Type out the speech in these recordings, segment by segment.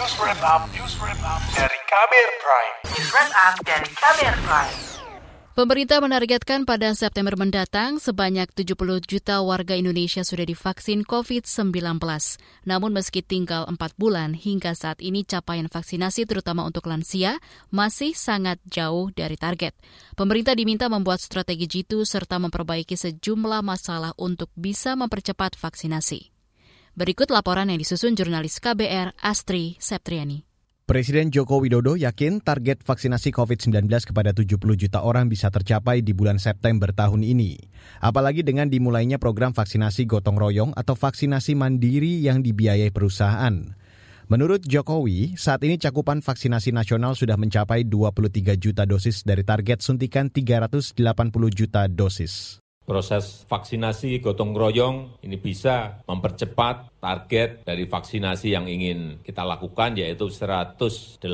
News Wrap Up dari Kamer Prime. News Wrap Up dari Kamer Prime. Pemerintah menargetkan pada September mendatang sebanyak 70 juta warga Indonesia sudah divaksin COVID-19. Namun meski tinggal 4 bulan hingga saat ini capaian vaksinasi terutama untuk lansia masih sangat jauh dari target. Pemerintah diminta membuat strategi jitu serta memperbaiki sejumlah masalah untuk bisa mempercepat vaksinasi. Berikut laporan yang disusun jurnalis KBR Astri Septriani. Presiden Joko Widodo yakin target vaksinasi COVID-19 kepada 70 juta orang bisa tercapai di bulan September tahun ini. Apalagi dengan dimulainya program vaksinasi gotong royong atau vaksinasi mandiri yang dibiayai perusahaan. Menurut Jokowi, saat ini cakupan vaksinasi nasional sudah mencapai 23 juta dosis dari target suntikan 380 juta dosis. Proses vaksinasi gotong royong ini bisa mempercepat target dari vaksinasi yang ingin kita lakukan, yaitu 181.500.000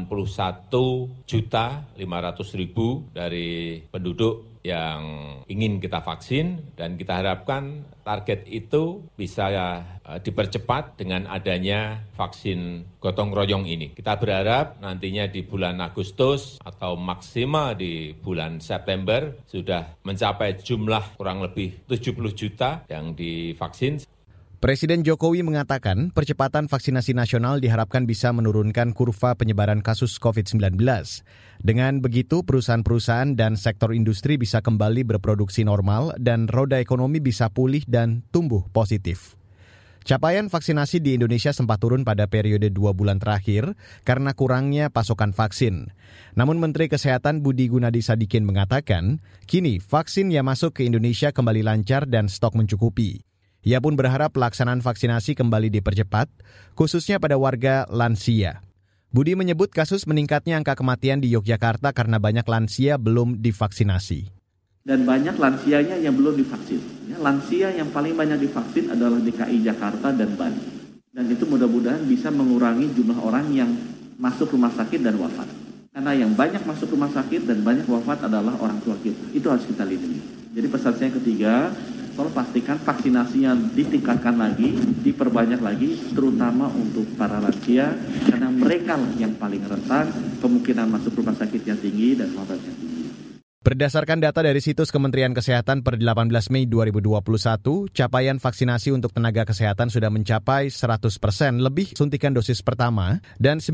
dari penduduk yang ingin kita vaksin, dan kita harapkan target itu bisa dipercepat dengan adanya vaksin gotong royong ini. Kita berharap nantinya di bulan Agustus atau maksimal di bulan September sudah mencapai jumlah kurang lebih 70 juta yang divaksin. Presiden Jokowi mengatakan percepatan vaksinasi nasional diharapkan bisa menurunkan kurva penyebaran kasus COVID-19. Dengan begitu, perusahaan-perusahaan dan sektor industri bisa kembali berproduksi normal dan roda ekonomi bisa pulih dan tumbuh positif. Capaian vaksinasi di Indonesia sempat turun pada periode 2 bulan terakhir karena kurangnya pasokan vaksin. Namun Menteri Kesehatan Budi Gunadi Sadikin mengatakan, kini vaksin yang masuk ke Indonesia kembali lancar dan stok mencukupi. Ia pun berharap pelaksanaan vaksinasi kembali dipercepat, khususnya pada warga lansia. Budi menyebut kasus meningkatnya angka kematian di Yogyakarta karena banyak lansia belum divaksinasi. Dan banyak lansianya yang belum divaksin. Ya, lansia yang paling banyak divaksin adalah DKI Jakarta dan Bali. Dan itu mudah-mudahan bisa mengurangi jumlah orang yang masuk rumah sakit dan wafat. Karena yang banyak masuk rumah sakit dan banyak wafat adalah orang tua kita. Itu harus kita lindungi. Jadi pesan saya yang ketiga, tolong pastikan vaksinasinya ditingkatkan lagi, diperbanyak lagi, terutama untuk para lansia, karena mereka lah yang paling rentan, kemungkinan masuk rumah sakit yang tinggi dan wafat yang tinggi. Berdasarkan data dari situs Kementerian Kesehatan per 18 Mei 2021, capaian vaksinasi untuk tenaga kesehatan sudah mencapai 100% lebih suntikan dosis pertama dan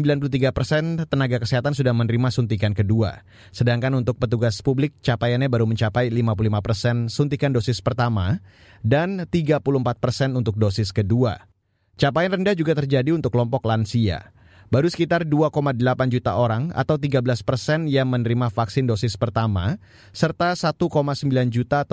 93% tenaga kesehatan sudah menerima suntikan kedua. Sedangkan untuk petugas publik, capaiannya baru mencapai 55% suntikan dosis pertama dan 34% untuk dosis kedua. Capaian rendah juga terjadi untuk kelompok lansia. Baru sekitar 2,8 juta orang atau 13% yang menerima vaksin dosis pertama, serta 1,9 juta atau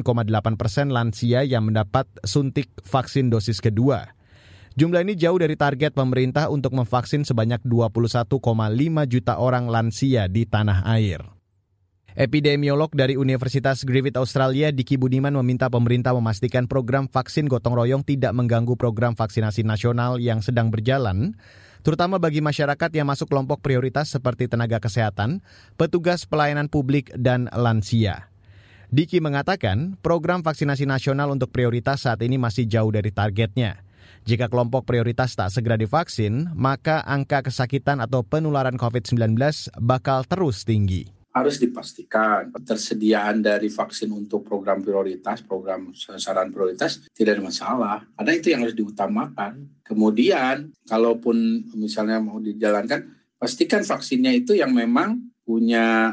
8,8% lansia yang mendapat suntik vaksin dosis kedua. Jumlah ini jauh dari target pemerintah untuk memvaksin sebanyak 21,5 juta orang lansia di tanah air. Epidemiolog dari Universitas Griffith Australia, Diki Budiman, meminta pemerintah memastikan program vaksin gotong royong tidak mengganggu program vaksinasi nasional yang sedang berjalan, terutama bagi masyarakat yang masuk kelompok prioritas seperti tenaga kesehatan, petugas pelayanan publik, dan lansia. Diki mengatakan program vaksinasi nasional untuk prioritas saat ini masih jauh dari targetnya. Jika kelompok prioritas tak segera divaksin, maka angka kesakitan atau penularan COVID-19 bakal terus tinggi. Harus dipastikan ketersediaan dari vaksin untuk program prioritas, program sasaran prioritas tidak ada masalah. Karena itu yang harus diutamakan. Kemudian, kalaupun misalnya mau dijalankan, pastikan vaksinnya itu yang memang punya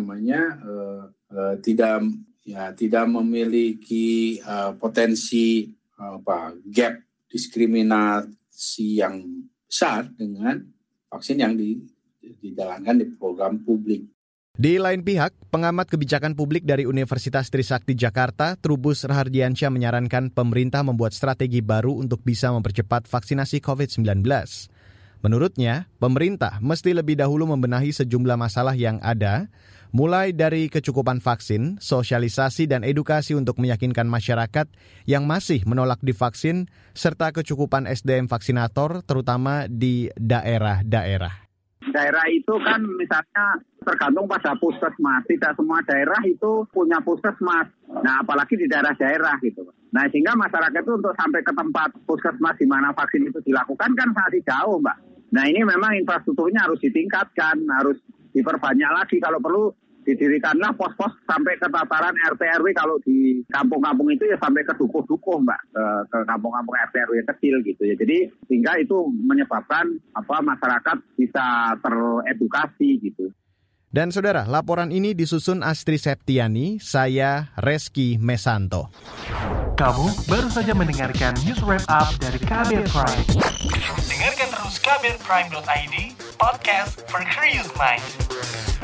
tidak memiliki potensi gap diskriminasi yang besar dengan vaksin yang dijalankan di program publik. Di lain pihak, pengamat kebijakan publik dari Universitas Trisakti Jakarta, Trubus Rahardiansyah, menyarankan pemerintah membuat strategi baru untuk bisa mempercepat vaksinasi COVID-19. Menurutnya, pemerintah mesti lebih dahulu membenahi sejumlah masalah yang ada, mulai dari kecukupan vaksin, sosialisasi dan edukasi untuk meyakinkan masyarakat yang masih menolak divaksin, serta kecukupan SDM vaksinator terutama di daerah-daerah. Daerah itu kan misalnya tergantung pada puskesmas. Tidak semua daerah itu punya puskesmas. Nah, apalagi di daerah-daerah gitu. Nah, sehingga masyarakat itu untuk sampai ke tempat puskesmas di mana vaksin itu dilakukan kan masih jauh, Mbak. Nah ini memang infrastrukturnya harus ditingkatkan, harus diperbanyak lagi. Kalau perlu didirikanlah pos-pos sampai ke tataran RT/RW. Kalau di kampung-kampung itu ya sampai ke dukuh-dukuh, Mbak, ke kampung-kampung RT/RW kecil gitu ya. Jadi sehingga itu menyebabkan masyarakat bisa teredukasi gitu. Dan saudara, laporan ini disusun Astri Septiani, saya Reski Mesanto. Kamu baru saja mendengarkan news wrap up dari KBR Prime. Dengarkan terus kbrprime.id, podcast for curious minds.